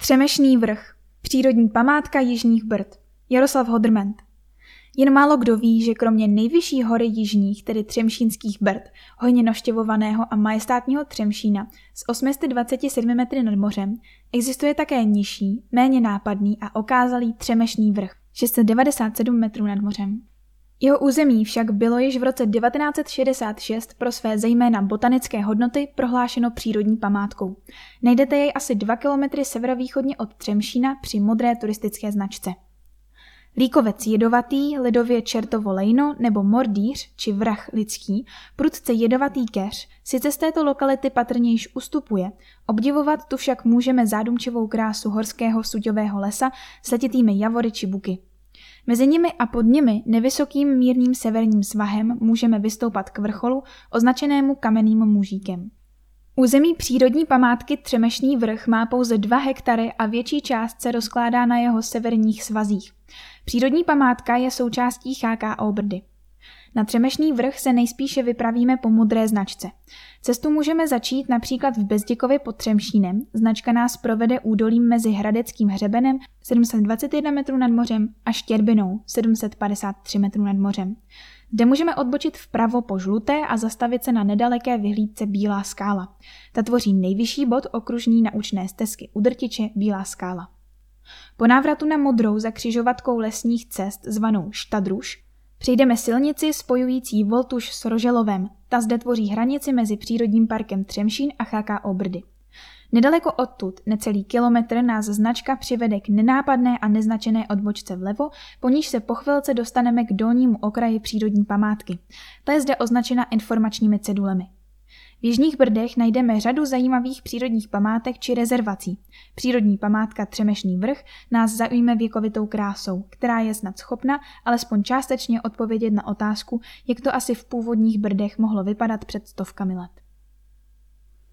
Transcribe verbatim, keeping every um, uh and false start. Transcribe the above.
Třemešný vrch, přírodní památka Jižních Brd. Jaroslav Hodrment. Jen málo kdo ví, že kromě nejvyšší hory jižních, tedy Třemšínských Brd, hojně navštěvovaného a majestátního Třemšína s osmi sty dvaceti sedmi metry nad mořem, existuje také nižší, méně nápadný a okázalý Třemešný vrch, šest set devadesát sedm metrů nad mořem. Jeho území však bylo již v roce devatenáct set šedesát šest pro své zejména botanické hodnoty prohlášeno přírodní památkou. Najdete jej asi dva kilometry severovýchodně od Třemšína při modré turistické značce. Líkovec jedovatý, lidově čertovo lejno nebo mordýř či vrah lidský, prudce jedovatý keř, sice z této lokality patrně již ustupuje, obdivovat tu však můžeme zádumčivou krásu horského suťového lesa s letitými javory či buky. Mezi nimi a pod nimi nevysokým mírným severním svahem můžeme vystoupat k vrcholu označenému Kamenným Mužíkem. Území přírodní památky Třemešný vrch má pouze dva hektary a větší část se rozkládá na jeho severních svazích. Přírodní památka je součástí Ch K O Brdy. Na Třemešný vrch se nejspíše vypravíme po modré značce. Cestu můžeme začít například v Bezděkově pod Třemšínem. Značka nás provede údolím mezi Hradeckým hřebenem sedm set dvacet jedna metrů nad mořem a Štěrbinou sedm set padesát tři metrů nad mořem. Zde můžeme odbočit vpravo po Žluté a zastavit se na nedaleké vyhlídce Bílá skála. Ta tvoří nejvyšší bod okružní naučné stezky u Drtiče Bílá skála. Po návratu na Modrou za křižovatkou lesních cest zvanou Štadruš přejdeme silnici spojující Voltuš s Roželovem. Ta zde tvoří hranici mezi přírodním parkem Třemšín a Ch K O Brdy. Nedaleko odtud, necelý kilometr, nás značka přivede k nenápadné a neznačené odbočce vlevo, po níž se po chvilce dostaneme k dolnímu okraji přírodní památky. Ta je zde označena informačními cedulemi. V Jižních Brdech najdeme řadu zajímavých přírodních památek či rezervací. Přírodní památka Třemešný vrch nás zaujme věkovitou krásou, která je snad schopna alespoň částečně odpovědět na otázku, jak to asi v původních Brdech mohlo vypadat před stovkami let.